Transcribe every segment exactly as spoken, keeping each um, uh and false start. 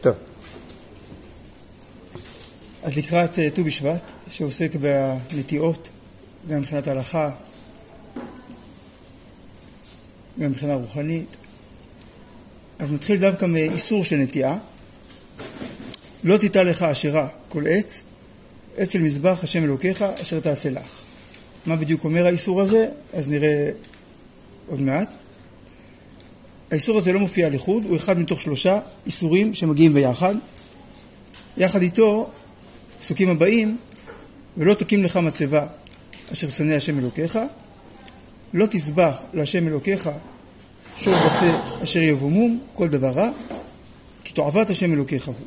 טוב. אז לקראת ט"ו בשבט, שעוסק בנטיעות, גם מבחינת ההלכה, גם מבחינה רוחנית, אז נתחיל דווקא מאיסור של נטיעה. לא תיטע לך אשרה כל עץ, עץ של מזבח השם אלוקיך אשר תעשה לך. מה בדיוק אומר האיסור הזה? אז נראה עוד מעט. האיסור הזה לא מופיע לחוד, הוא אחד מתוך שלושה איסורים שמגיעים ביחד. יחד איתו, פסוקים הבאים, ולא תקים לך מצבה אשר שנא השם אלוקיך, לא תסבח להשם אלוקיך שור בשה אשר יבומום, כל דבר רע, כי תועבת השם אלוקיך הוא.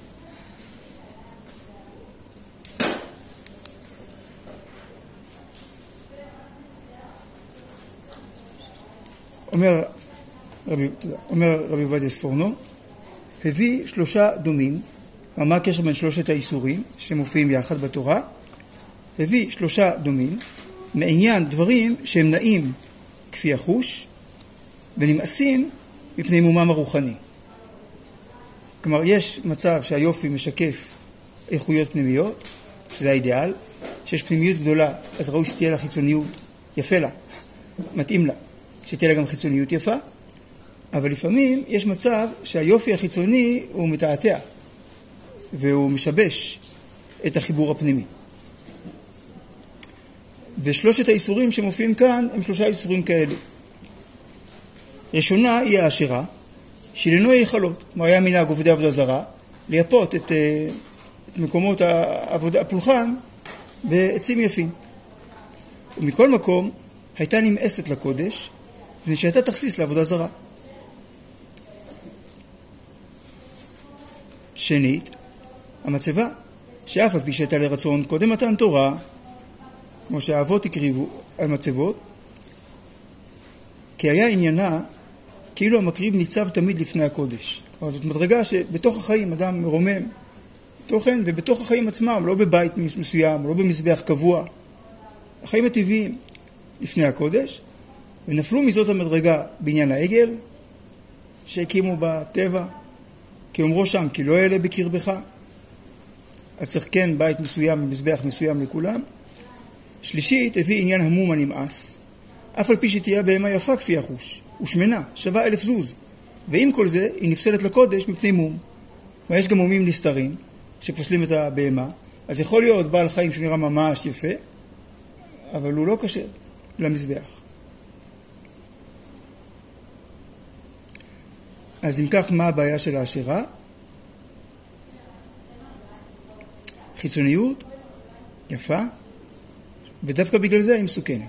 אומר רבי, אומר רבי עובדיה ספורנו, הביא שלושה דומים, מה הקשר בין שלושת האיסורים שמופיעים יחד בתורה? הביא שלושה דומים מעניין דברים שהם נעים כפי החוש ונמאסים מפני מומם הרוחני. כלומר, יש מצב שהיופי משקף איכויות פנימיות, שזה האידיאל, שיש פנימיות גדולה, אז ראוי שתהיה לה חיצוניות, יפה לה, מתאים לה, שתהיה לה גם חיצוניות יפה, אבל לפעמים יש מצב שהיופי החיצוני הוא מתעתע, והוא משבש את החיבור הפנימי. ושלושת האיסורים שמופיעים כאן הם שלושה איסורים כאלה. ראשונה היא האשרה, שלינוי היכלות. כלומר, היה מנהג עובדי עבודה זרה לייפות את, את מקומות העבודה, הפולחן בעצים יפים. ומכל מקום הייתה נמאסת לקודש, ושהייתה תכסיס לעבודה זרה. שנית, המצבה, שאף על פי שהייתה לרצון קודם מתן תורה, כמו שהאבות הקריבו על מצבות, כי היה עניינה כאילו המקריב ניצב תמיד לפני הקודש. כלומר, זאת מדרגה שבתוך החיים אדם מרומם תוכן, ובתוך החיים עצמם, לא בבית מסוים, לא במזבח קבוע. החיים הטבעיים לפני הקודש, ונפלו מזאת המדרגה בעניין העגל, שהקימו בטבע, כי אומרו שם, כי לא אלה בקרבך. אז צריך כן בית מסוים, מזבח מסוים לכולם. שלישית, הביא עניין המום הנמאס, אף על פי שתהיה בהמה יפה כפי החוש, ושמנה, שווה אלף זוז. ועם כל זה, היא נפסלת לקודש מפני מום. ויש גם מומים נסתרים, שפוסלים את הבהמה, אז יכול להיות בעל חיים שנראה ממש יפה, אבל הוא לא קשר למזבח. אז אם כך, מה הבעיה של האשרה? חיצוניות, יפה, ודווקא בגלל זה היא מסוכנת.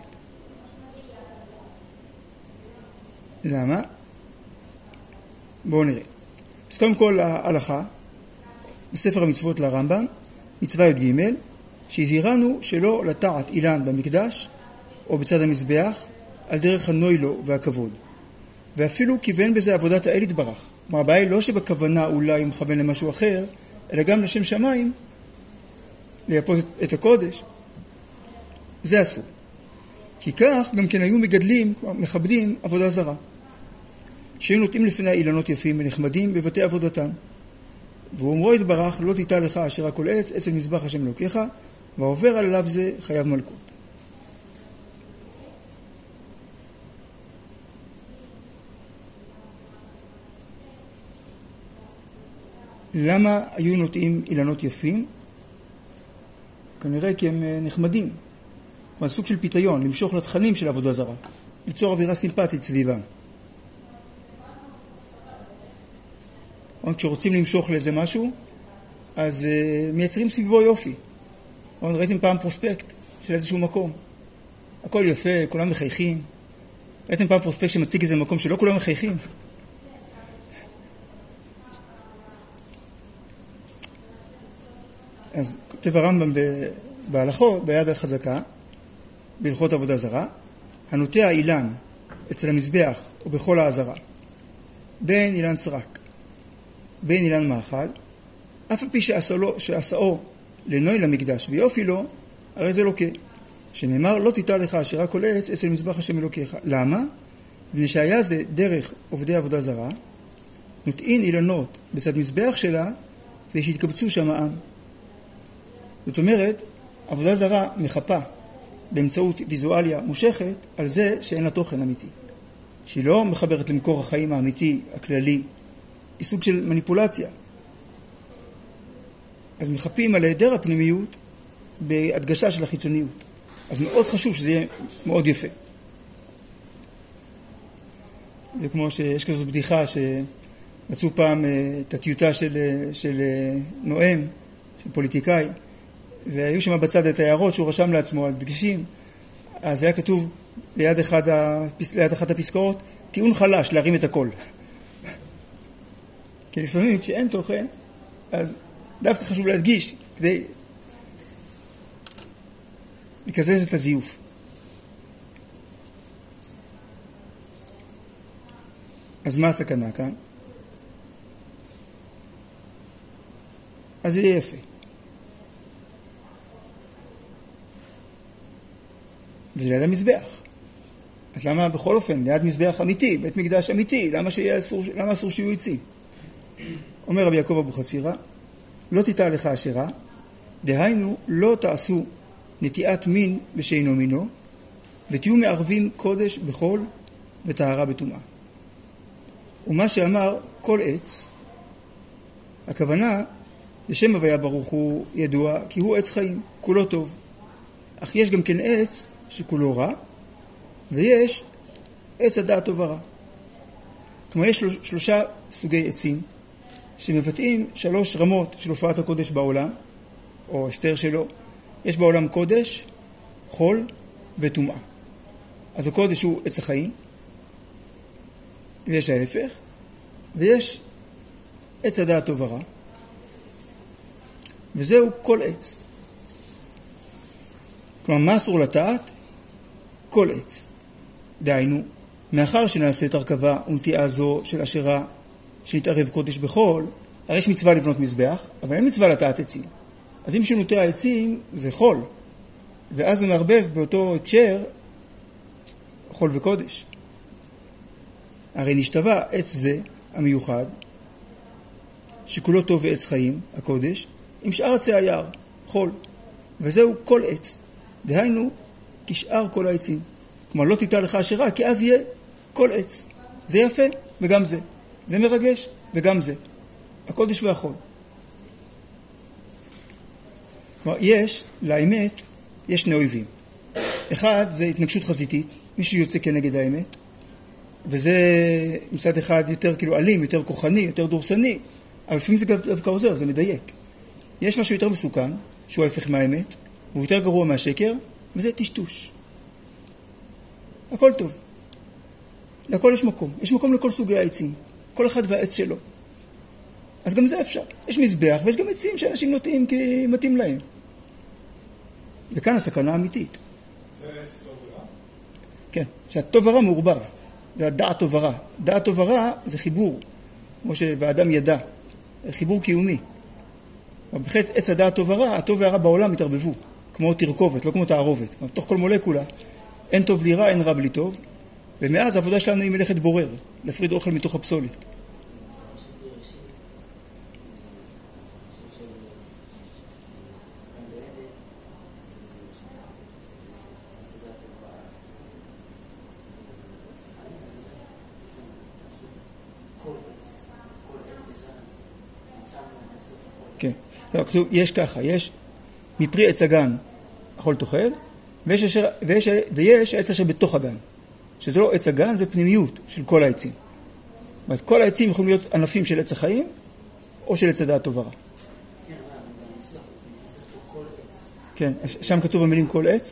למה? בואו נראה. אז קודם כל ההלכה, בספר המצוות לרמב"ם, מצווה י"ג, שהזהירנו שלא לטעת אילן במקדש או בצד המזבח על דרך הנוילו והכבוד. ואפילו כיוון בזה עבודת האל יתברך. כלומר, הבעיה היא לא שבכוונה אולי הוא מכוון למשהו אחר, אלא גם לשם שמיים, לייפות את הקודש. זה אסור. כי כך גם כן היו מגדלים, מכבדים עבודה זרה. שהיו נוטים לפני אילנות יפים ונחמדים בבתי עבודתם. והוא אומרו יתברך, לא תיטע לך אשרה כל עץ, אצל מזבח השם אלוקיך, והעובר עליו זה חייב מלכות. למה היו נוטים אילנות יפים? כנראה כי הם נחמדים. כלומר, סוג של פיתיון, למשוך לתכנים של עבודה זרה, ליצור אווירה סימפטית סביבם. כשרוצים למשוך לאיזה משהו, אז uh, מייצרים סביבו יופי. ראיתם פעם פרוספקט של איזשהו מקום. הכל יפה, כולם מחייכים. ראיתם פעם פרוספקט שמציג איזה מקום שלא כולם מחייכים. אז כותב הרמב"ם בהלכות, ביד החזקה, בהלכות עבודה זרה, הנוטע אילן אצל המזבח ובכל העזרה, בין אילן סרק, בין אילן מאכל, אף על פי שעשאו לנוי למקדש ויופי לו, הרי זה לוקה. שנאמר, לא תיטע לך אשרה כל עץ אצל מזבח השם אלוקיך. למה? מפני שהיה זה דרך עובדי עבודה זרה, נוטעין אילנות בצד מזבח שלה כדי שיתקבצו שם העם. זאת אומרת, עבודה זרה מחפה באמצעות ויזואליה מושכת על זה שאין לה תוכן אמיתי. שהיא לא מחברת למקור החיים האמיתי, הכללי. היא סוג של מניפולציה. אז מחפים על היעדר הפנימיות בהדגשה של החיצוניות. אז מאוד חשוב שזה יהיה מאוד יפה. זה כמו שיש כזאת בדיחה שמצאו פעם את הטיוטה של, של נואם, של פוליטיקאי, והיו שם בצד את ההערות שהוא רשם לעצמו על דגשים. אז היה כתוב ליד אחד, הפס... ליד אחת הפסקאות, טיעון חלש, להרים את הכל. כי לפעמים כשאין תוכן, אז דווקא חשוב להדגיש כדי לקזז את הזיוף. אז מה הסכנה כאן? אז זה יהיה יפה. וזה ליד המזבח. אז למה בכל אופן, ליד מזבח אמיתי, בית מקדש אמיתי, למה, אסור, למה אסור שיהיו עצים? אומר רבי יעקב אבוחצירא, לא תיטע לך אשרה, דהיינו לא תעשו נטיעת מין בשאינו מינו, ותהיו מערבים קודש בחול וטהרה בטומאה. ומה שאמר כל עץ, הכוונה לשם הוויה ברוך הוא ידוע, כי הוא עץ חיים, כולו טוב. אך יש גם כן עץ שכולו רע, ויש עץ הדעת טוב ורע. כלומר, יש שלושה סוגי עצים שמבטאים שלוש רמות של הופעת הקודש בעולם, או הסתר שלו. יש בעולם קודש, חול וטומאה. אז הקודש הוא עץ החיים, ויש ההפך, ויש עץ הדעת טוב ורע, וזהו כל עץ. כלומר, מה אסור לטעת? כל עץ. דהיינו, מאחר שנעשית הרכבה ונטיעה זו של אשרה שנתערב קודש בחול, הרי יש מצווה לבנות מזבח, אבל אין מצווה לטעת עצים. אז אם שנוטע עצים זה חול, ואז הוא מערבב באותו הקשר חול וקודש. הרי נשתווה עץ זה המיוחד, שכולו טוב ועץ חיים, הקודש, עם שאר עצי היער, חול, וזהו כל עץ. דהיינו, כשאר כל העצים. כלומר, לא תיטע לך אשרה, כי אז יהיה כל עץ. זה יפה, וגם זה. זה מרגש, וגם זה. הקודש והחול. כלומר, יש, לאמת, יש שני אויבים. אחד, זה התנגשות חזיתית, מישהו יוצא כנגד האמת, וזה מצד אחד יותר כאילו אלים, יותר כוחני, יותר דורסני, אבל לפעמים זה דווקא עוזר, זה מדייק. יש משהו יותר מסוכן, שהוא ההפך מהאמת, הוא יותר גרוע מהשקר, וזה טשטוש. הכל טוב. לכל יש מקום. יש מקום לכל סוגי העצים. כל אחד והעץ שלו. אז גם זה אפשר. יש מזבח ויש גם עצים שאנשים נוטעים כי מתאים להם. וכאן הסכנה האמיתית. זה עץ טוב ורע? כן. שהטוב ורע מעורבב. זה הדעת טוב ורע. דעת טוב ורע זה חיבור. כמו שהאדם ידע. חיבור קיומי. ובחץ עץ הדעת טוב ורע, הטוב והרע בעולם מתערבבו. כמו תרכובת, לא כמו תערובת. תוך כל מולקולה, אין טוב בלי רע, אין רע בלי טוב. ומאז העבודה שלנו היא מלאכת בורר, להפריד אוכל מתוך הפסולת. כן. לא, כתוב, יש ככה, יש מפרי עץ הגן אכול תאכל, ויש, אשר, ויש, ויש עץ אשר בתוך הגן. שזה לא עץ הגן, זה פנימיות של כל העצים. זאת אומרת, כל העצים יכולים להיות ענפים של עץ החיים, או של עץ הדעת טוב ורע. כן, שם כתוב במילים כל עץ.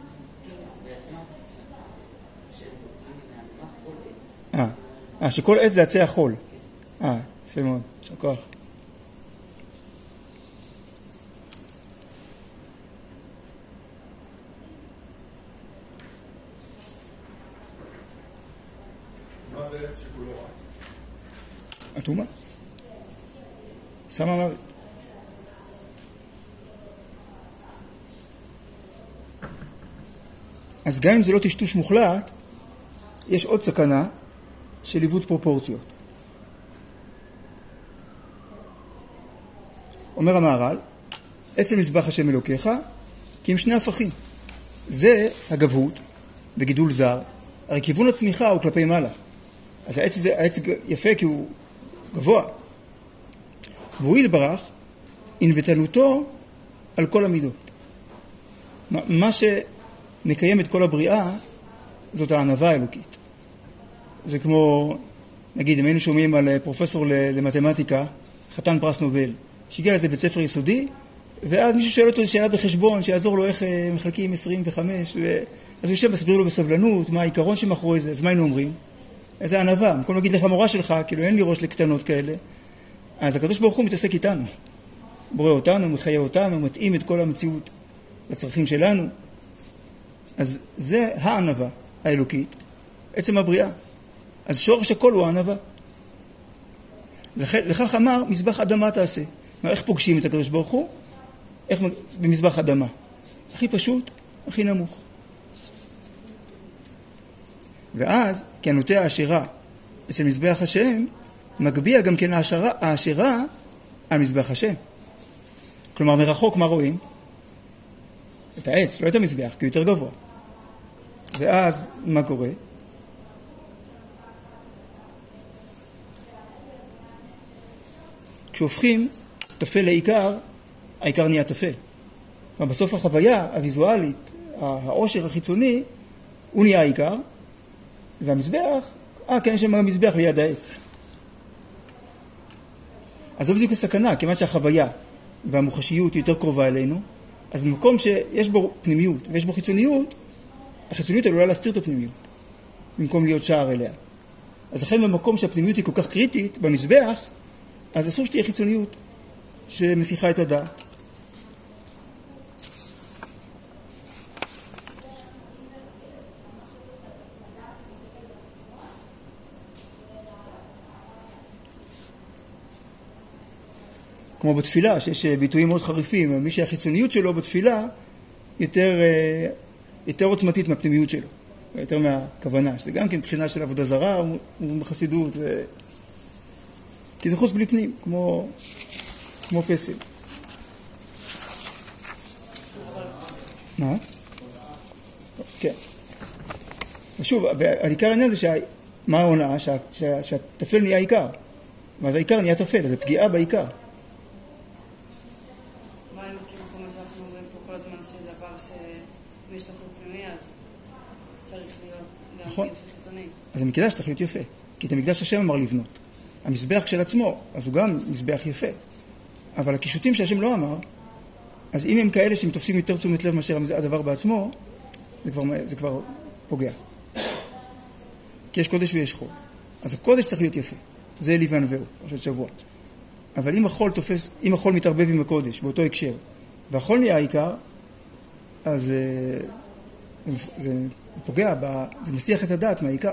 אה, אה, שכל עץ זה עצי החול. אה, יפה מאוד, שם כוח. מה זה עץ שכולו רע? אטומה. שמה מוות. אז גם אם זה לא טשטוש מוחלט, יש עוד סכנה של עיוות פרופורציות. אומר המהר"ל, עצם מזבח השם אלוקיך, כי הם שני הפכים. זה הגבהות וגידול זר, הרי כיוון הצמיחה הוא כלפי מעלה. אז העץ הזה, העץ יפה כי הוא גבוה. והוא יתברך, ענוותנותו על כל המידות. מה שמקיים את כל הבריאה, זאת הענווה האלוקית. זה כמו, נגיד, אם היינו שומעים על פרופסור למתמטיקה, חתן פרס נובל, שהגיע לזה בית ספר יסודי, ואז מישהו שואל אותו שאלה בחשבון, שיעזור לו איך מחלקים עשרים וחמש, ו... אז הוא יושב מסביר לו בסבלנות, מה העיקרון שמאחורי זה, אז מה היינו אומרים? איזה ענווה, במקום להגיד לך מורה שלך, כאילו אין לי ראש לקטנות כאלה, אז הקדוש ברוך הוא מתעסק איתנו, בורא אותנו, מחיה אותנו, מתאים את כל המציאות לצרכים שלנו, אז זה הענווה האלוקית, עצם הבריאה, אז שורש הכל הוא הענווה. לכך אמר, מזבח אדמה תעשה. איך פוגשים את הקדוש ברוך הוא? איך במזבח אדמה? הכי פשוט, הכי נמוך. ואז, כענותי העשירה אצל מזבח השם, מגביע גם כן העשירה, העשירה על מזבח השם. כלומר, מרחוק מה רואים? את העץ, לא את המזבח, כי הוא יותר גבוה. ואז, מה קורה? כשהופכים תפל לעיקר, העיקר נהיה תפל. בסוף החוויה הוויזואלית, העושר החיצוני, הוא נהיה העיקר, והמזבח, אה, כן, יש שם המזבח ליד העץ. אז זו בדיוק הסכנה, כיוון שהחוויה והמוחשיות היא יותר קרובה אלינו, אז במקום שיש בו פנימיות ויש בו חיצוניות, החיצוניות עלולה להסתיר את הפנימיות, במקום להיות שער אליה. אז לכן במקום שהפנימיות היא כל כך קריטית, במזבח, אז אסור שתהיה חיצוניות שמסיחה את הדעת. כמו בתפילה, שיש ביטויים מאוד חריפים, מי שהחיצוניות שלו בתפילה יותר, יותר עוצמתית מהפנימיות שלו, יותר מהכוונה, שזה גם כן בחינה של עבודה זרה ומחסידות, ו... כי זה חוץ בלי פנים, כמו, כמו פסל. מה? כן. ושוב, העיקר העניין זה שה... מה העונה? שה... שה... שהתפל נהיה עיקר. ואז העיקר נהיה תפל, אז זה פגיעה בעיקר. נכון. אז המקדש צריך להיות יפה, כי את המקדש השם אמר לבנות. המזבח של עצמו, אז הוא גם מזבח יפה. אבל הקישוטים שהשם לא אמר, אז אם הם כאלה שהם תופסים יותר תשומת לב מאשר הדבר בעצמו, זה כבר, זה כבר פוגע. כי יש קודש ויש חול. אז הקודש צריך להיות יפה. זה אלי וענווהו, פרשת שבוע. אבל אם החול תופס, אם החול מתערבב עם הקודש, באותו הקשר, והחול נהיה העיקר, אז זה, זה פוגע, זה מסיח את הדעת מהעיקר.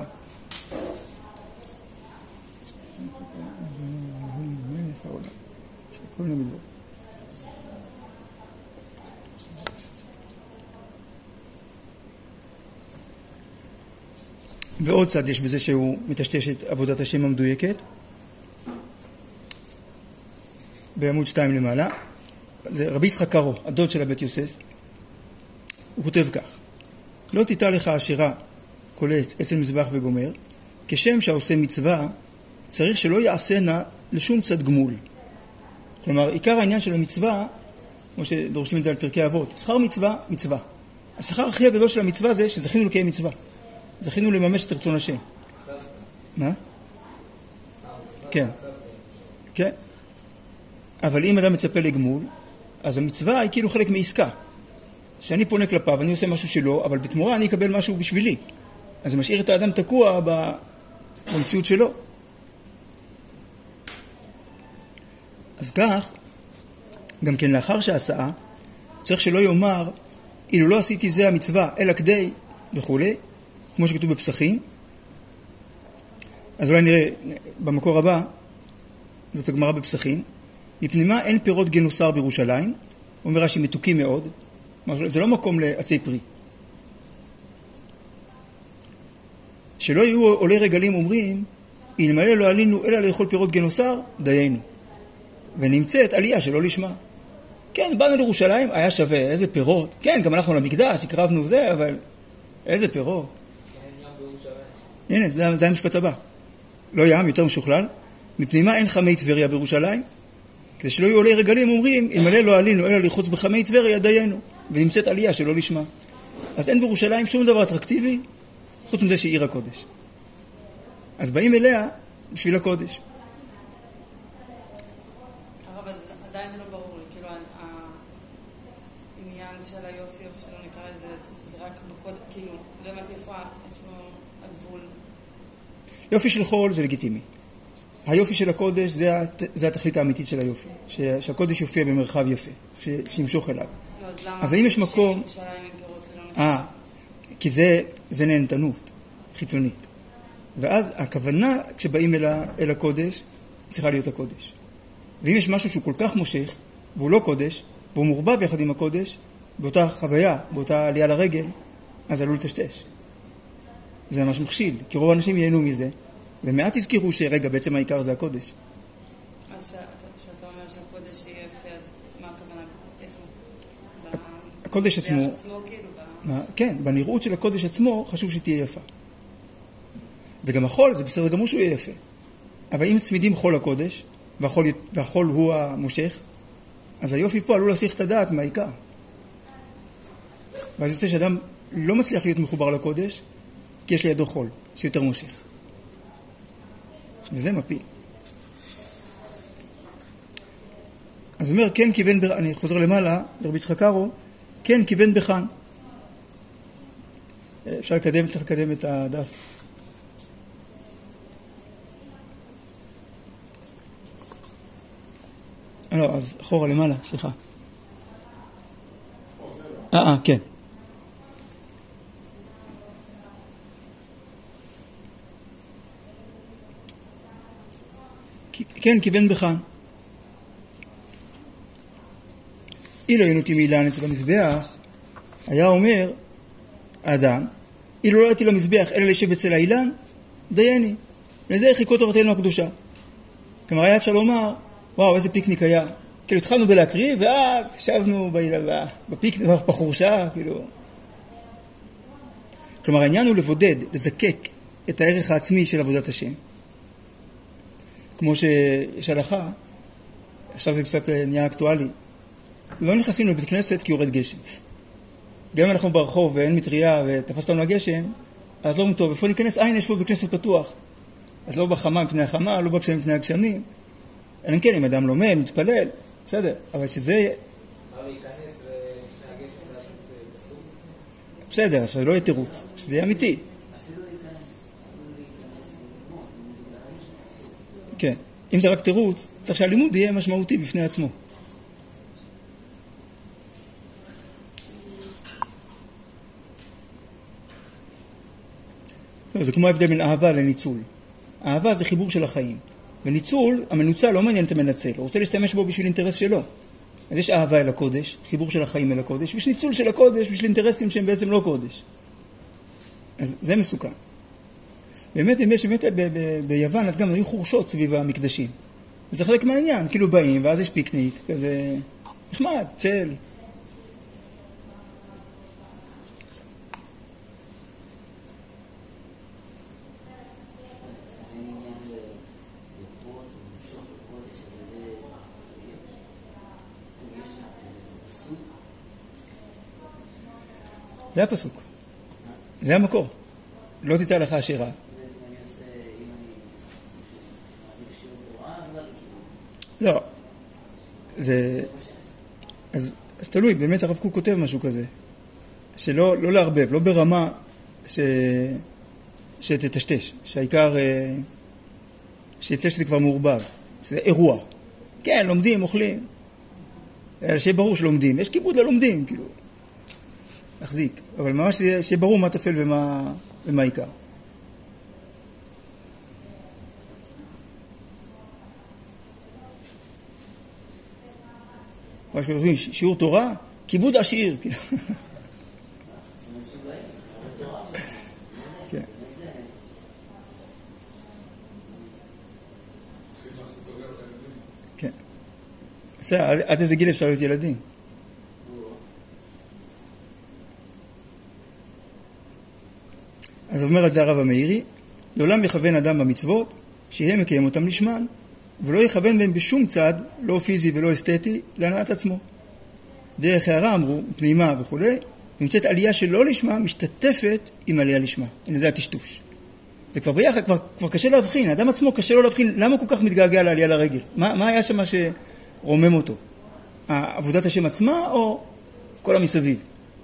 ועוד צד יש בזה שהוא מטשטש את עבודת השם המדויקת. בעמוד שתיים למעלה. זה רבי יצחק קארו, הדוד של הבית יוסף. הוא כותב כך: לא תיטע לך עשירה קולט אצל מזבח וגומר, כשם שהעושה מצווה צריך שלא יעשנה לשום צד גמול. כלומר, עיקר העניין של המצווה, כמו שדורשים את זה על פרקי אבות, שכר מצווה, מצווה. השכר הכי הגדול של המצווה זה שזכינו לקיים מצווה. זכינו לממש את רצון השם. מה? כן. כן. אבל אם אדם מצפה לגמול, אז המצווה היא כאילו חלק מעסקה. שאני פונה כלפיו, אני עושה משהו שלו, אבל בתמורה אני אקבל משהו בשבילי. אז זה משאיר את האדם תקוע במציאות שלו. אז כך, גם כן לאחר שעשה, צריך שלא יאמר, אילו לא עשיתי זה המצווה, אלא כדי, וכו', כמו שכתוב בפסחים. אז אולי נראה במקור הבא, זאת הגמרא בפסחים, מפני מה אין פירות גנוסר בירושלים, אומר רש"י מתוקים מאוד, זה לא מקום לעצי פרי. שלא יהיו עולי רגלים אומרים, אלמלא לא עלינו אלא לאכול פירות גנוסר, דיינו. ונמצאת עלייה שלא לשמה. כן, באנו לירושלים, היה שווה, איזה פירות. כן, גם הלכנו למקדש, הקרבנו זה, אבל איזה פירות. הנה, זה, זה המשפט הבא. לא ים, יותר משוכלל. מפני מה אין חמי טבריה בירושלים? כדי שלא יהיו עולי רגלים, אומרים, אם עלי לא עלינו, אלא לחוץ בחמי טבריה, דיינו. ונמצאת עלייה שלא לשמה. אז אין בירושלים שום דבר אטרקטיבי, חוץ מזה שהיא עיר הקודש. אז באים אליה בשביל הקודש. הרב, עדיין זה לא ברור לי, כאילו העניין של היופי, או שלא נקרא לזה, זה רק בקודש, כאילו, לא הבנתי איפה הגבול. יופי של חול זה לגיטימי. היופי של הקודש זה, זה התכלית האמיתית של היופי, שהקודש יופיע במרחב יפה, שימשוך אליו. לא, אז למה? אבל אם יש מקום... שירושלים עם פירות זה לא נקרא? אה, כי זה, זה נהנתנות חיצונית. ואז הכוונה כשבאים אל, אל הקודש צריכה להיות הקודש. ואם יש משהו שהוא כל כך מושך והוא לא קודש והוא מורבב יחד עם הקודש באותה חוויה, באותה עלייה לרגל, אז עלול לטשטש. זה ממש מכשיל, כי רוב האנשים ייהנו מזה ומעט תזכירו שרגע בעצם העיקר זה הקודש. אז שאתה אומר שהקודש יהיה יפה, אז מה הכוונה? איפה? הקודש עצמו, מה? כן, בנראות של הקודש עצמו חשוב שתהיה יפה. וגם החול, זה בסדר גמור שהוא יהיה יפה. אבל אם צמידים חול לקודש, והחול, והחול הוא המושך, אז היופי פה עלול להסיח את הדעת מהעיקר. ואז יוצא שאדם לא מצליח להיות מחובר לקודש, כי יש לידו חול, שיותר מושך. וזה מפיל. אז הוא אומר, כן כיוון, ב... אני חוזר למעלה, לרבי יצחק קארו, כן כיוון בחן. אפשר לקדם, צריך לקדם את הדף. לא, אז אחורה למעלה, סליחה. אה, אה, כן. כן, כיוון בחן. אילו היינו תמילה אצל המזבח, היה אומר, האדם, אילו לא הייתי למזבח אלא לשב אצל האילן, דייני. לזה חיכו תורתנו הקדושה. כלומר, היה אפשר לומר, וואו, איזה פיקניק היה. כאילו, התחלנו בלהקריב, ואז שבנו בפיקניק, בחורשה, כאילו. כלומר, העניין הוא לבודד, לזקק את הערך העצמי של עבודת השם. כמו שיש הלכה, עכשיו זה קצת נהיה אקטואלי, לא נכנסים לבית כנסת כי יורד גשם. גם אם אנחנו ברחוב ואין מטריה ותפס לנו הגשם, אז לא טוב, איפה ניכנס? אין, יש פה בית כנסת פתוח. אז לא בחמה מפני החמה, לא בגשם מפני הגשמים. אלא כן, אם אדם לומד, מתפלל, בסדר. אבל שזה... מה להיכנס לפני הגשם ולעשות בסוף? בסדר, שזה לא יהיה תירוץ, שזה יהיה אמיתי. אפילו להיכנס, אפילו להיכנס ללמוד, להיכנס. כן. אם זה רק תירוץ, צריך שהלימוד יהיה משמעותי בפני עצמו. זה כמו ההבדל בין אהבה לניצול. אהבה זה חיבור של החיים. וניצול, המנוצל לא מעניין את המנצל, הוא רוצה להשתמש בו בשביל אינטרס שלו. אז יש אהבה אל הקודש, חיבור של החיים אל הקודש, ויש ניצול של הקודש בשביל אינטרסים שהם בעצם לא קודש. אז זה מסוכן. באמת, באמת, ביוון, אז גם היו חורשות סביב המקדשים. וזה חלק מהעניין, כאילו באים, ואז יש פיקניק, כזה נחמד, צל. זה הפסוק. זה המקור. לא תיתן לך השירה. לא. זה... אז, אז תלוי, באמת הרב קוק כותב משהו כזה. שלא לא להרבב, לא ברמה ש... שתטשטש. שהעיקר... שיצא שזה כבר מעורבב. שזה אירוע. כן, לומדים, אוכלים. שיהיה ברור שלומדים. יש כיבוד ללומדים, כאילו. להחזיק. אבל ממש שיהיה, שיהיה ברור מה תפל ומה, ומה עיקר. מה שקוראים, שיעור תורה, כיבוד השיר. כן. כן. בסדר, עד עד איזה גיל אפשר להיות ילדים? אז אומר את זה הרב המאירי, לעולם יכוון אדם במצוות, שיהיה מקיים אותם לשמן, ולא יכוון בהם בשום צד, לא פיזי ולא אסתטי, להנאת עצמו. דרך הערה אמרו, פנימה וכו', נמצאת עלייה שלא לשמה, משתתפת עם עלייה לשמה. הנה זה הטשטוש. זה כבר ביחד, כבר, כבר קשה להבחין, האדם עצמו קשה לו להבחין, למה כל כך מתגעגע לעלייה לרגל? מה, מה היה שם שרומם אותו? עבודת השם עצמה או כל המסביב?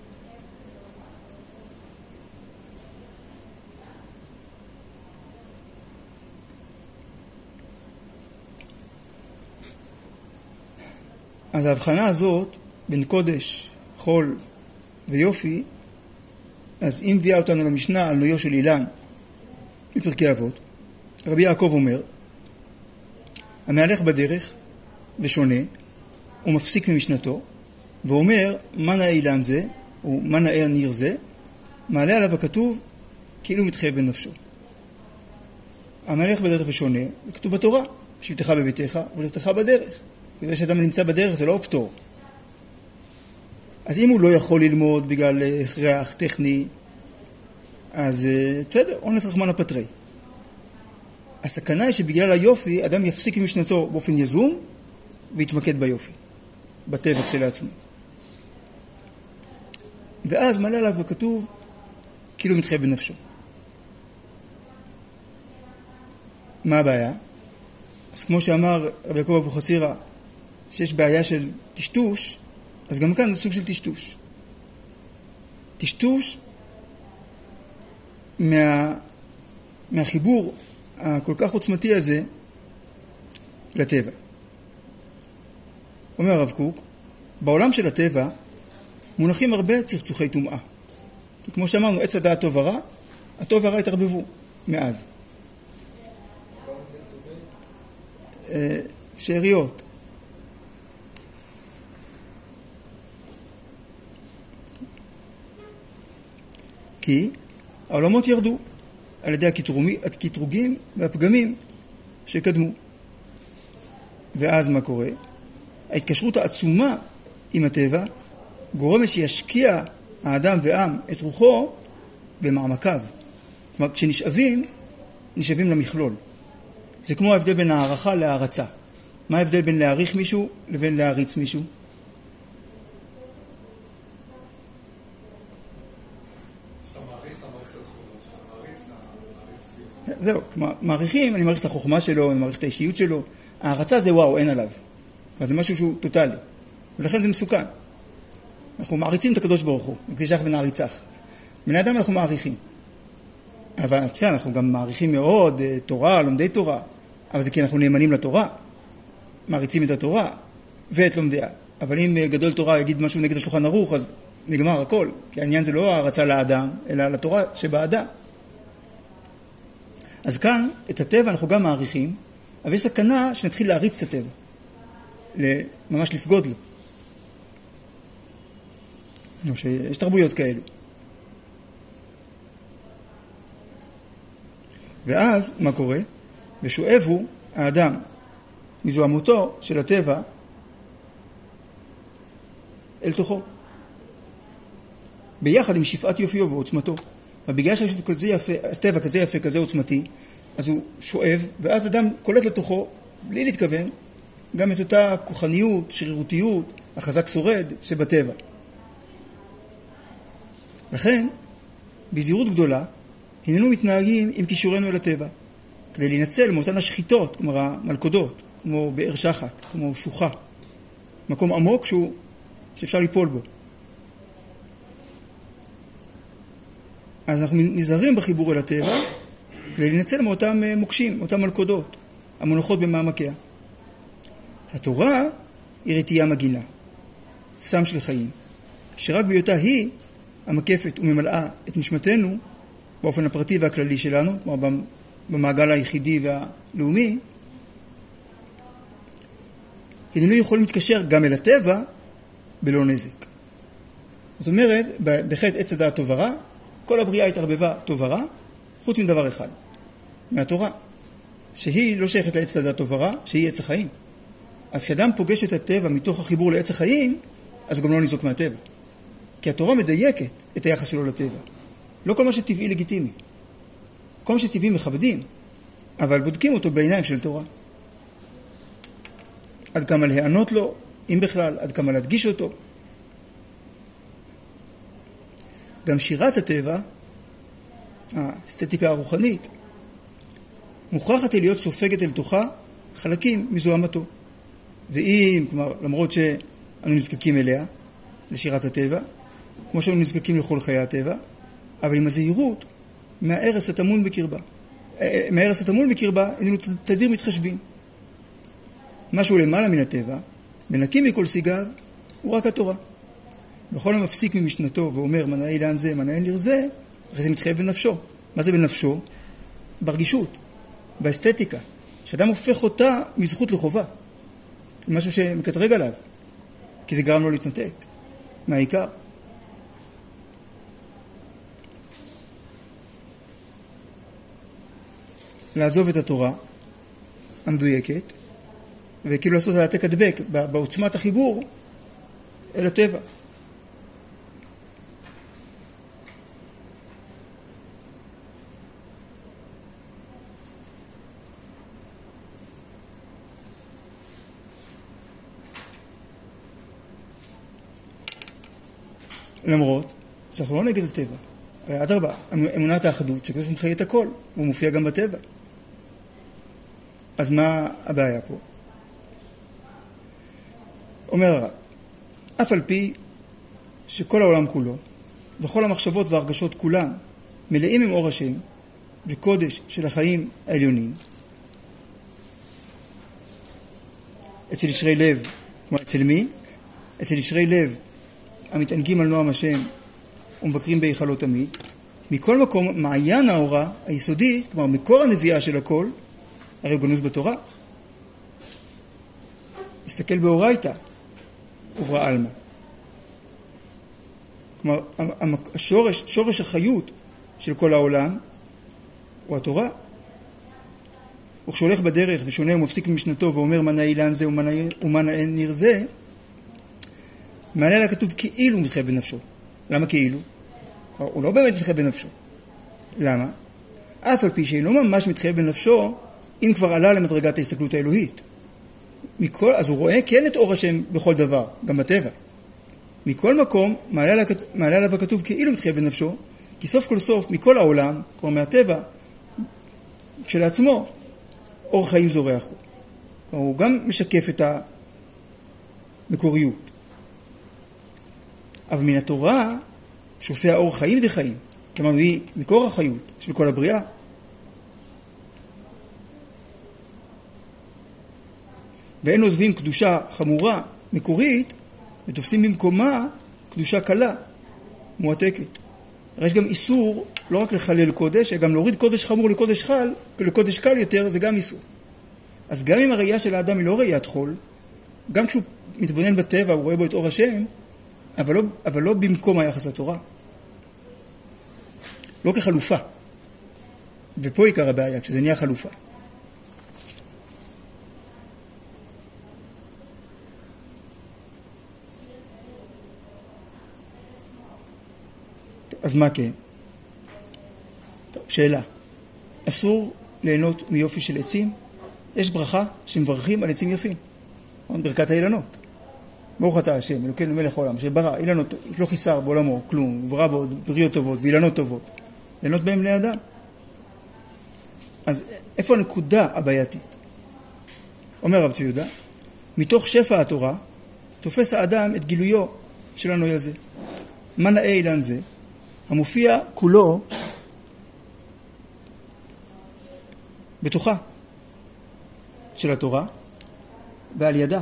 אז ההבחנה הזאת בין קודש, חול ויופי, אז אם הביאה אותנו למשנה על נויו של אילן בפרקי אבות, רבי יעקב אומר, המהלך בדרך ושונה, הוא מפסיק ממשנתו, ואומר, מה נאה אילן זה, או מה נאה ניר זה, מעלה עליו הכתוב, כאילו מתחייב בנפשו. המהלך בדרך ושונה, זה כתוב בתורה, שבתך בביתך ולכתך בדרך. כדי שאדם נמצא בדרך זה לא פטור. אז אם הוא לא יכול ללמוד בגלל הכרח טכני, אז בסדר, אונס רחמנא פטרי. הסכנה היא שבגלל היופי, אדם יפסיק ממשנתו באופן יזום, ויתמקד ביופי, בטבע כשלעצמו. ואז מעלה עליו וכתוב, כאילו מתחייב בנפשו. מה הבעיה? אז כמו שאמר רבי יעקב אבוחצירא, שיש בעיה של טשטוש, אז גם כאן זה סוג של טשטוש. טשטוש מה, מהחיבור הכל כך עוצמתי הזה לטבע. אומר הרב קוק, בעולם של הטבע מונחים הרבה צחצוחי טומאה. כי כמו שאמרנו, עץ הדעת טוב ורע, הטוב ורע התערבבו מאז. שאריות. כי העולמות ירדו על ידי הקטרוגים והפגמים שקדמו. ואז מה קורה? ההתקשרות העצומה עם הטבע גורמת שישקיע האדם ועם את רוחו במעמקיו. כלומר, כשנשאבים, נשאבים למכלול. זה כמו ההבדל בין הערכה להערצה. מה ההבדל בין להעריך מישהו לבין להעריץ מישהו? שאתה מעריך, אתה מעריך את התכונות, שאתה מעריץ, אתה מעריץ. זהו, כלומר, מעריכים, אני מעריך את החוכמה שלו, אני מעריך את האישיות שלו. הערצה זה וואו, אין עליו. אז זה משהו שהוא טוטלי. ולכן זה מסוכן. אנחנו מעריצים את הקדוש ברוך הוא, מקדישך ונעריצך. בני אדם אנחנו מעריכים. אבל בסדר, אנחנו גם מעריכים מאוד תורה, לומדי תורה, אבל זה כי אנחנו נאמנים לתורה, מעריצים את התורה ואת לומדיה. אבל אם גדול תורה יגיד משהו נגד השולחן ערוך, אז נגמר הכל, כי העניין זה לא הערצה לאדם, אלא לתורה שבאדם. אז כאן, את הטבע אנחנו גם מעריכים, אבל יש סכנה שנתחיל להריץ את הטבע, ממש לסגוד לו. יש תרבויות כאלו. ואז, מה קורה? ושואבו האדם מזוהמותו של הטבע אל תוכו. ביחד עם שפעת יופיו ועוצמתו. ובגלל שהטבע כזה יפה, כזה עוצמתי, אז הוא שואב, ואז אדם קולט לתוכו, בלי להתכוון, גם את אותה כוחניות, שרירותיות, החזק שורד שבטבע. לכן, בזהירות גדולה, הננו מתנהגים עם קישורנו אל הטבע, כדי להינצל מאותן השחיתות, כלומר המלכודות, כמו באר שחת, כמו שוחה, מקום עמוק שהוא, שאפשר ליפול בו. אז אנחנו נזהרים בחיבור אל הטבע, כדי להינצל מאותם מוקשים, מאותם מלכודות, המונחות במעמקיה. התורה היא רתיעה מגינה, סם של חיים, שרק בהיותה היא המקפת וממלאה את נשמתנו, באופן הפרטי והכללי שלנו, כלומר במעגל היחידי והלאומי, הננו יכולים להתקשר גם אל הטבע בלא נזק. זאת אומרת, בחטא עץ הדעת טוב ורע, כל הבריאה התערבבה טוב ורע, חוץ מדבר אחד, מהתורה, שהיא לא שייכת לעץ הדעת טוב ורע, שהיא עץ החיים. אז כשאדם פוגש את הטבע מתוך החיבור לעץ החיים, אז הוא גם לא ניזוק מהטבע. כי התורה מדייקת את היחס שלו לטבע. לא כל מה שטבעי לגיטימי. כל מה שטבעי מכבדים, אבל בודקים אותו בעיניים של תורה. עד כמה להיענות לו, אם בכלל, עד כמה להדגיש אותו. גם שירת הטבע, האסתטיקה הרוחנית, מוכרחת היא להיות סופגת אל תוכה חלקים מזוהמתו. ואם, כלומר, למרות שאנו נזקקים אליה, לשירת הטבע, כמו שאנו נזקקים לכל חיי הטבע, אבל עם הזהירות מהערס התמון בקרבה. מהערס התמון בקרבה, איננו תדיר מתחשבים. משהו למעלה מן הטבע, מנקים מכל סיגיו, הוא רק התורה. וכל המפסיק ממשנתו ואומר מנהי לאן זה, מנהי לרזה, הרי זה מתחייב בנפשו. מה זה בנפשו? ברגישות, באסתטיקה. שאדם הופך אותה מזכות לחובה. משהו שמקטרג עליו. כי זה גרם לו להתנתק. מהעיקר. לעזוב את התורה המדויקת, וכאילו לעשות העתק הדבק בעוצמת החיבור אל הטבע. למרות, אנחנו לא נגד הטבע. הרי עד ארבע, אמונת האחדות, שקדוש מחיה את הכל, הוא מופיע גם בטבע. אז מה הבעיה פה? אומר הרב, אף על פי שכל העולם כולו, וכל המחשבות והרגשות כולם, מלאים עם אור השם, וקודש של החיים העליונים, אצל ישרי לב, כלומר אצל מי? אצל ישרי לב, המתענגים על נועם השם ומבקרים בהיכלו תמיד. מכל מקום, מעיין האורה היסודי, כלומר מקור הנביאה של הכל, הרי הוא גנוז בתורה. הסתכל באורייתא וברא עלמא. כלומר, השורש, שורש החיות של כל העולם הוא התורה. וכשהולך בדרך ושונה ומפסיק ממשנתו ואומר מה נאי לאן זה ומה נאי ניר זה, מעלה עליה כתוב כאילו מתחייב בנפשו. למה כאילו? הוא לא באמת מתחייב בנפשו. למה? אף על פי שאינו ממש מתחייב בנפשו, אם כבר עלה למדרגת ההסתכלות האלוהית. מכל, אז הוא רואה כן את אור השם בכל דבר, גם בטבע. מכל מקום, מעלה עליו, מעלה עליו הכתוב כאילו מתחייב בנפשו, כי סוף כל סוף, מכל העולם, כבר מהטבע, כשלעצמו, אור חיים זורח הוא. כלומר, הוא גם משקף את המקוריות. אבל מן התורה שופע אור חיים די חיים, כלומר היא מקור החיות של כל הבריאה. ואין עוזבים קדושה חמורה, מקורית, ותופסים במקומה קדושה קלה, מועתקת. הרי יש גם איסור לא רק לחלל קודש, אלא גם להוריד קודש חמור לקודש חל, לקודש קל יותר, זה גם איסור. אז גם אם הראייה של האדם היא לא ראיית חול, גם כשהוא מתבונן בטבע, הוא רואה בו את אור השם, אבל לא, אבל לא במקום היחס לתורה. לא כחלופה. ופה עיקר הבעיה, כשזה נהיה חלופה. אז מה כן? טוב, שאלה. אסור ליהנות מיופי של עצים? יש ברכה שמברכים על עצים יפים. ברכת האילנות. ברוך אתה השם, אלוקינו מלך העולם, שברא אילנות, לא חיסר בעולמו כלום, הוא ברא בו בריות טובות ואילנות טובות. ליהנות בהם לאדם. אז איפה הנקודה הבעייתית? אומר רב צבי יהודה, מתוך שפע התורה, תופס האדם את גילויו של הנוי הזה. מה נאה אילן זה? המופיע כולו בתוכה של התורה ועל ידה.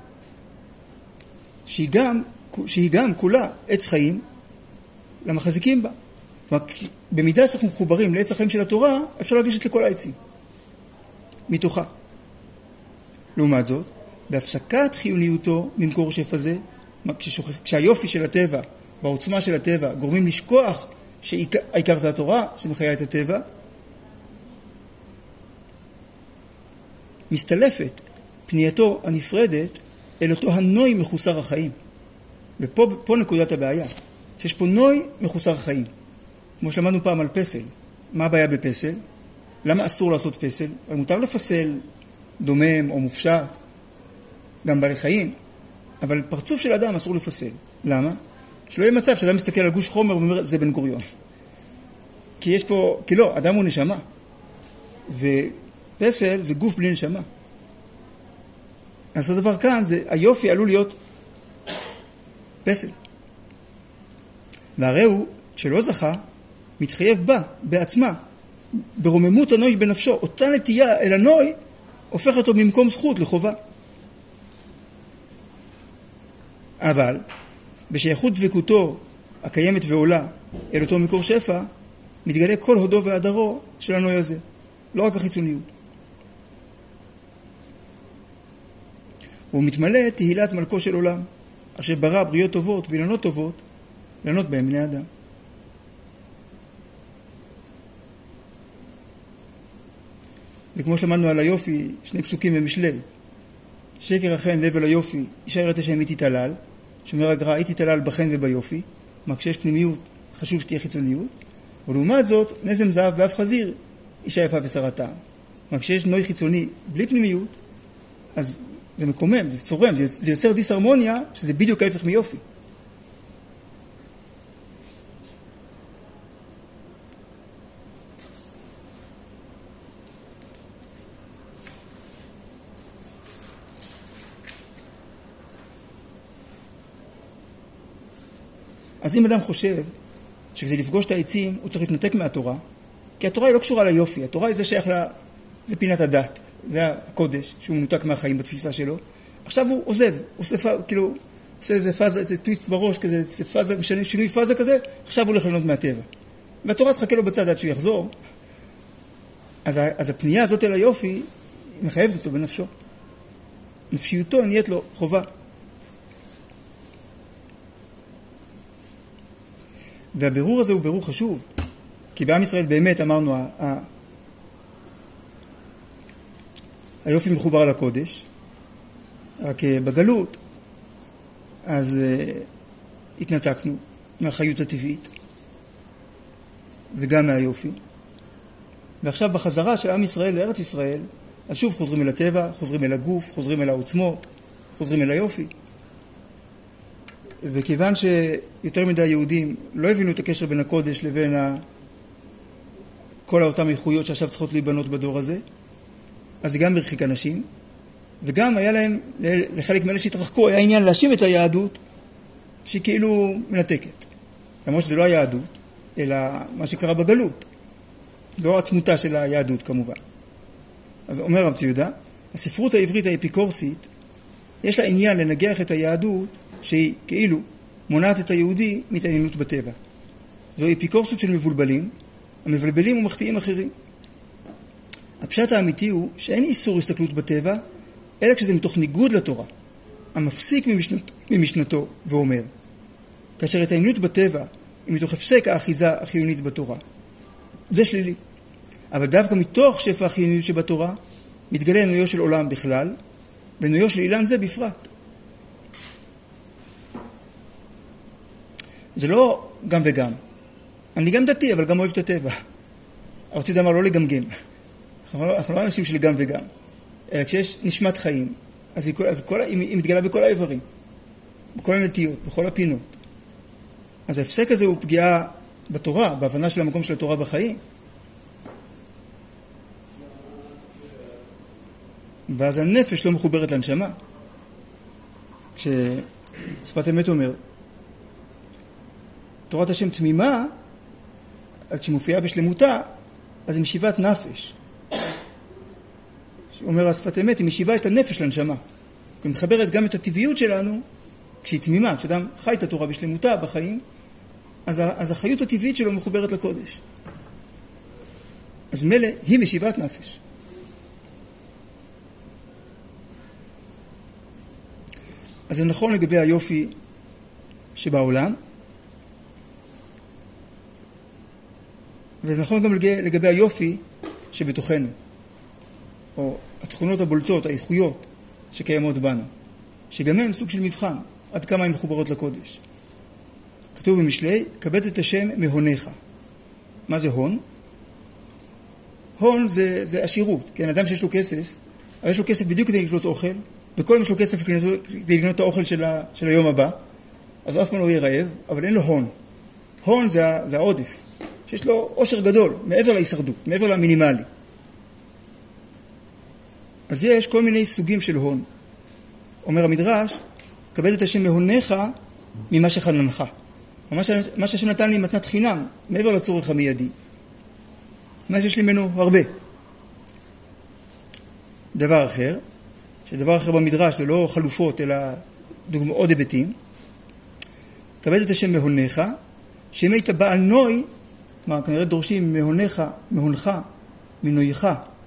שהיא גם, שהיא גם כולה עץ חיים למחזיקים בה. כלומר, במידה שאנחנו מחוברים לעץ החיים של התורה, אפשר לגשת לכל העצים. מתוכה. לעומת זאת, בהפסקת חיוניותו ממקור שפע זה, כשהיופי של הטבע, בעוצמה של הטבע, גורמים לשכוח שהעיקר זה התורה שמחיה את הטבע, מסתלפת פנייתו הנפרדת אל אותו הנוי מחוסר החיים. ופה פה נקודת הבעיה, שיש פה נוי מחוסר החיים. כמו שלמדנו פעם על פסל. מה הבעיה בפסל? למה אסור לעשות פסל? מותר לפסל דומם או מופשט, גם בעלי חיים, אבל פרצוף של אדם אסור לפסל. למה? שלא יהיה מצב שאדם מסתכל על גוש חומר ואומר, זה בן גוריון. כי יש פה, כי לא, אדם הוא נשמה. ופסל זה גוף בלי נשמה. אז הדבר כאן, זה, היופי עלול להיות פסל. והרי הוא, שלא זכה, מתחייב בה, בעצמה, ברוממות הנוי בנפשו. אותה נטייה אל הנוי, הופך אותו במקום זכות לחובה. אבל, בשייכות דבקותו הקיימת ועולה אל אותו מקור שפע, מתגלה כל הודו והדרו של הנוי הזה. לא רק החיצוניות. הוא מתמלא תהילת מלכו של עולם, אשר ברא בריות טובות ואילנות טובות, לענות בהם בני אדם. וכמו שלמדנו על היופי, שני פסוקים במשלי. שקר החן והבל היופי, אישה יראת השם היא תתעלל, שאומר הגר"א, היא תתעלל בחן וביופי, מה כשיש פנימיות, חשוב שתהיה חיצוניות, ולעומת זאת, נזם זהב ואף חזיר, אישה יפה ושרת טעם. מה כשיש נוי חיצוני בלי פנימיות, אז זה מקומם, זה צורם, זה יוצר דיסהרמוניה, שזה בדיוק ההפך מיופי. אז אם אדם חושב שכדי לפגוש את העצים הוא צריך להתנתק מהתורה, כי התורה היא לא קשורה ליופי, התורה היא זה שייך ל... זה פינת הדת, זה הקודש שהוא מנותק מהחיים בתפיסה שלו. עכשיו הוא עוזב, הוא עושה, כאילו, עושה איזה פאזה, איזה טוויסט בראש כזה, איזה פאזה, משנה, שינוי פאזה כזה, עכשיו הוא הולך ליהנות מהטבע. והתורה תחכה לו בצד עד שהוא יחזור. אז, אז הפנייה הזאת אל היופי מחייבת אותו בנפשו. נפשיותו נהיית לו חובה. והבירור הזה הוא בירור חשוב, כי בעם ישראל באמת אמרנו, ה- ה- היופי מחובר לקודש, רק בגלות, אז uh, התנתקנו מהחיות הטבעית, וגם מהיופי. ועכשיו בחזרה של עם ישראל לארץ ישראל, אז שוב חוזרים אל הטבע, חוזרים אל הגוף, חוזרים אל העוצמות, חוזרים אל היופי. וכיוון שיותר מדי יהודים לא הבינו את הקשר בין הקודש לבין ה... כל אותם איכויות שעכשיו צריכות להיבנות בדור הזה, אז זה גם הרחיק אנשים, וגם היה להם, לחלק מאלה שהתרחקו, היה עניין להשיב את היהדות שהיא כאילו מנתקת. למרות שזה לא היהדות, אלא מה שקרה בגלות. לא עצמותה של היהדות כמובן. אז אומר רב ציודה, הספרות העברית האפיקורסית, יש לה עניין לנגח את היהדות שהיא כאילו מונעת את היהודי מתעניינות בטבע. זו אפיקורסות של מבולבלים, המבלבלים ומחטיאים אחרים. הפשט האמיתי הוא שאין איסור הסתכלות בטבע, אלא כשזה מתוך ניגוד לתורה, המפסיק ממשנת, ממשנתו ואומר, כאשר התעניינות בטבע היא מתוך הפסק האחיזה החיונית בתורה. זה שלילי. אבל דווקא מתוך שפע החיוניות שבתורה, מתגלה נויו של עולם בכלל, ונויו של אילן זה בפרט. זה לא גם וגם. אני גם דתי, אבל גם אוהב את הטבע. הרצית אמר לא לגמגם. אנחנו לא, אנחנו לא אנשים של גם וגם. אלא כשיש נשמת חיים, אז היא, אז כל, היא, היא מתגלה בכל האיברים, בכל הנטיות, בכל הפינות. אז ההפסק הזה הוא פגיעה בתורה, בהבנה של המקום של התורה בחיים. ואז הנפש לא מחוברת לנשמה. כששפת אמת אומר, תורת השם תמימה, עד שמופיעה בשלמותה, אז היא משיבת נפש. אומר השפת אמת, היא משיבה את הנפש לנשמה. היא מתחברת גם את הטבעיות שלנו, כשהיא תמימה, כשאדם חי את התורה בשלמותה בחיים, אז, אז החיות הטבעית שלו מחוברת לקודש. אז מלא היא משיבת נפש. אז זה נכון לגבי היופי שבעולם, וזה נכון גם לגבי היופי שבתוכנו, או התכונות הבולטות, האיכויות שקיימות בנו, שגם הם סוג של מבחן, עד כמה הן מחוברות לקודש. כתוב במשלי, כבד את השם מהונך. מה זה הון? הון זה, זה עשירות, כן? אדם שיש לו כסף, אבל יש לו כסף בדיוק כדי לקנות אוכל, וכל יום יש לו כסף כדי לקנות את האוכל של, ה, של היום הבא, אז אף פעם לא יהיה רעב, אבל אין לו הון. הון זה, זה העודף, שיש לו עושר גדול, מעבר להישרדות, מעבר למינימלי. אז יש כל מיני סוגים של הון. אומר המדרש, כבד את השם מהונך ממה שחננך. מה, ש... מה שהשם נתן לי מתנת חינם, מעבר לצורך המיידי. מה שיש לי ממנו הרבה. דבר אחר, שדבר אחר במדרש זה לא חלופות, אלא דוגמא, עוד היבטים. כבד את השם מהונך, שאם היית בעל נוי, כלומר, כנראה דורשים מהונך, מהונך, מנויך.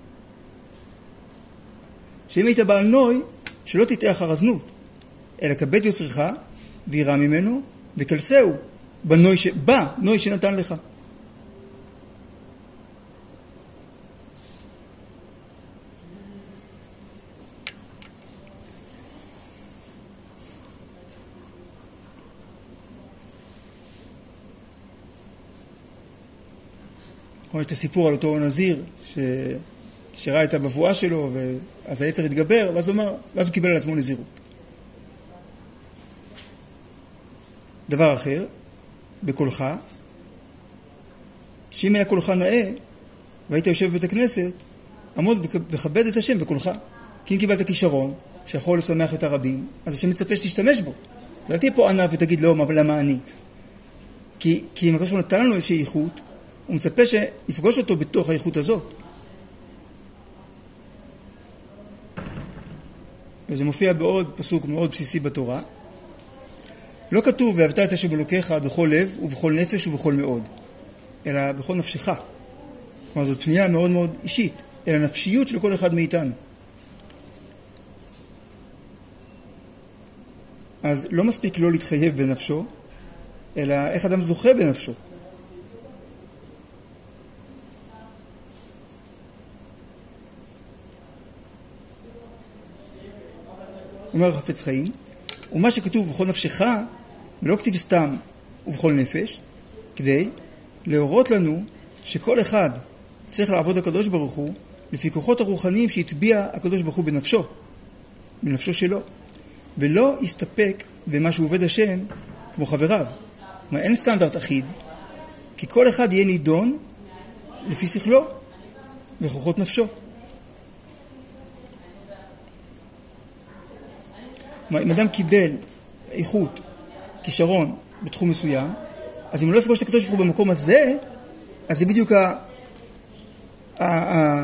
שאם היית בעל נוי, שלא תטעה אחר הזנות, אלא כבד יוצרך וירא ממנו, וכלסהו בנוי ש... בא, נוי שנתן לך. יש את הסיפור על אותו נזיר ש... שראה את הבבואה שלו, ואז היצר התגבר, ואז הוא, אומר... ואז הוא קיבל על עצמו נזירות. דבר אחר, בקולך, שאם היה קולך נאה, והיית יושב בבית הכנסת, עמוד וכבד את השם בקולך. כי אם קיבלת כישרון, שיכול לשמח את הרבים, אז השם מצפה שתשתמש בו. ואל תהיה פה ענב ותגיד לא, למה אני? כי, כי אם הקדוש ברוך הוא נתן לנו איזושהי איכות, הוא מצפה שנפגוש אותו בתוך האיכות הזאת. וזה מופיע בעוד פסוק מאוד בסיסי בתורה. לא כתוב ואהבת את השם אלוקיך בכל לב ובכל נפש ובכל מאוד, אלא בכל נפשך. כלומר, זאת פנייה מאוד מאוד אישית, אלא נפשיות של כל אחד מאיתנו. אז לא מספיק לא להתחייב בנפשו, אלא איך אדם זוכה בנפשו. אומר חפץ חיים, ומה שכתוב בכל נפשך, ולא כתיב סתם ובכל נפש, כדי להורות לנו שכל אחד צריך לעבוד הקדוש ברוך הוא לפי כוחות הרוחניים שהטביע הקדוש ברוך הוא בנפשו, בנפשו שלו, ולא יסתפק במה שהוא עובד השם כמו חבריו. כלומר, אין סטנדרט אחיד, כי כל אחד יהיה נידון לפי שכלו וכוחות נפשו. אם אדם קיבל איכות, כישרון בתחום מסוים, אז אם הוא לא יפגוש את הקדוש ברוך הוא במקום הזה, אז זה בדיוק ה... ה... ה...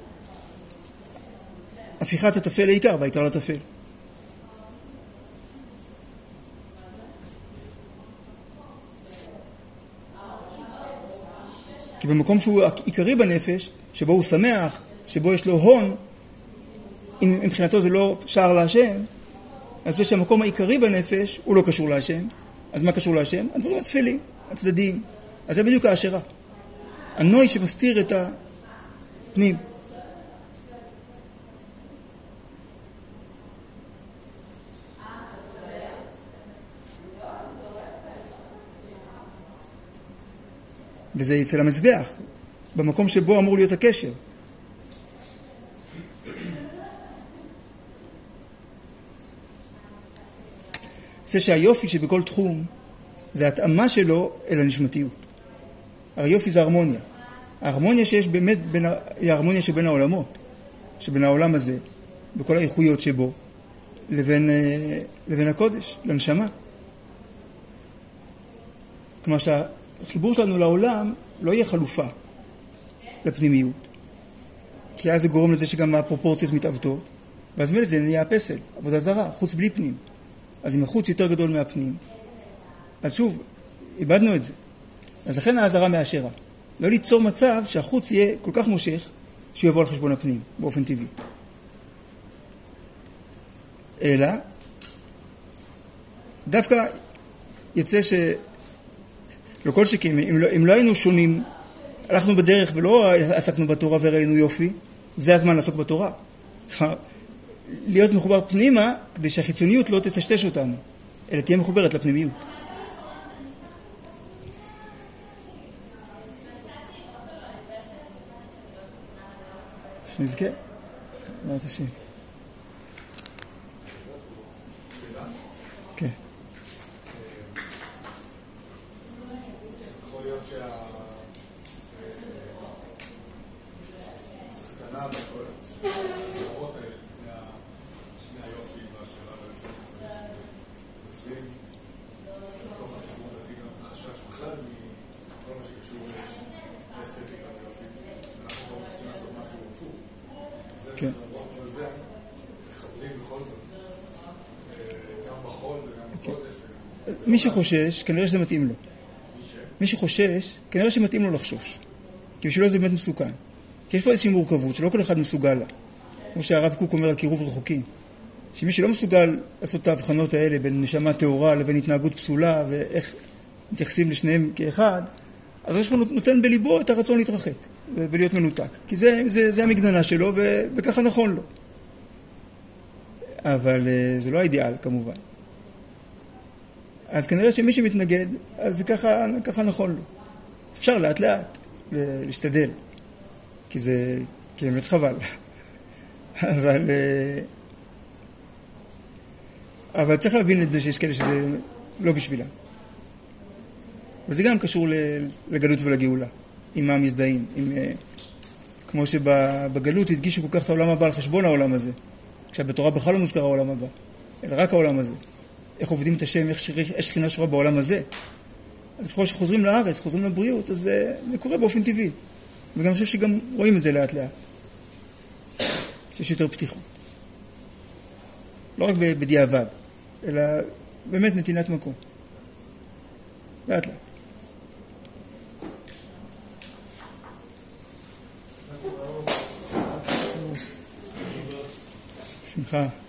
הפיכת הטפל לעיקר והעיקר לטפל. כי במקום שהוא עיקרי בנפש, שבו הוא שמח, שבו יש לו הון, אם מבחינתו זה לא שער להשם, אז זה שהמקום העיקרי בנפש הוא לא קשור להשם. אז מה קשור להשם? הדברים התפילים, הצדדים. אז זה בדיוק ההשרה. הנוי שמסתיר את הפנים. וזה אצל המזבח, במקום שבו אמור להיות הקשר. זה שהיופי שבכל תחום זה התאמה שלו אל הנשמתיות. הרי יופי זה הרמוניה. ההרמוניה שיש באמת בין, היא ההרמוניה שבין העולמות, שבין העולם הזה, בכל האיכויות שבו, לבין, לבין הקודש, לנשמה. כלומר שהחיבור שלנו לעולם לא יהיה חלופה לפנימיות. כי אז זה גורם לזה שגם הפרופורציות מתעוותות, ואז מילא זה נהיה הפסל, עבודה זרה, חוץ בלי פנים. אז אם החוץ יותר גדול מהפנים, אז שוב, איבדנו את זה. אז לכן העזרה מהשרה. לא ליצור מצב שהחוץ יהיה כל כך מושך, שהוא יבוא על חשבון הפנים, באופן טבעי. אלא, דווקא יצא ש... לא כל שכם, אם לא, אם לא היינו שונים, הלכנו בדרך ולא עסקנו בתורה וראינו יופי, זה הזמן לעסוק בתורה. להיות מחובר פנימה, כדי שהחיצוניות לא תטשטש אותנו, אלא תהיה מחוברת לפנימיות. שנזכה? בעזרת השם. כן. יכול להיות שהסכנה והסערות האלה מהיופי והשאלה והלפות יוצאים בתוך הציבור דתי גם חשש בכלל מכל מה שקשור לאסתטיקה ויופי. אנחנו לא רוצים לעשות משהו הפוך. זה שלמרות כל זה, מחברים בכל זאת, גם בחול וגם בקודש. מי שחושש, כנראה שזה מתאים לו. מי שחושש, כנראה שמתאים לו לחשוש. כי בשבילו זה באמת מסוכן. כי יש פה איזושהי מורכבות שלא כל אחד מסוגל לה. כמו שהרב קוק אומר על קירוב רחוקים. שמי שלא מסוגל לעשות את ההבחנות האלה בין נשמה טהורה לבין התנהגות פסולה ואיך מתייחסים לשניהם כאחד, אז יש לו נותן בליבו את הרצון להתרחק ולהיות מנותק. כי זה, זה, זה המגננה שלו ו, וככה נכון לו. אבל זה לא האידיאל כמובן. אז כנראה שמי שמתנגד, אז ככה, ככה נכון לו. אפשר לאט לאט להשתדל, כי זה, כי באמת חבל. אבל, אבל צריך להבין את זה שיש כאלה שזה לא בשבילם. וזה גם קשור לגלות ולגאולה, עם מה מזדהים. עם, כמו שבגלות הדגישו כל כך את העולם הבא על חשבון העולם הזה. כשבתורה בכלל לא מוזכר העולם הבא, אלא רק העולם הזה. איך עובדים את השם, איך שכינה שורה בעולם הזה. אז ככל שחוזרים לארץ, חוזרים לבריאות, אז זה, זה קורה באופן טבעי. וגם אני חושב שגם רואים את זה לאט לאט. שיש יותר פתיחות. לא רק בדיעבד, אלא באמת נתינת מקום. לאט לאט. שמחה.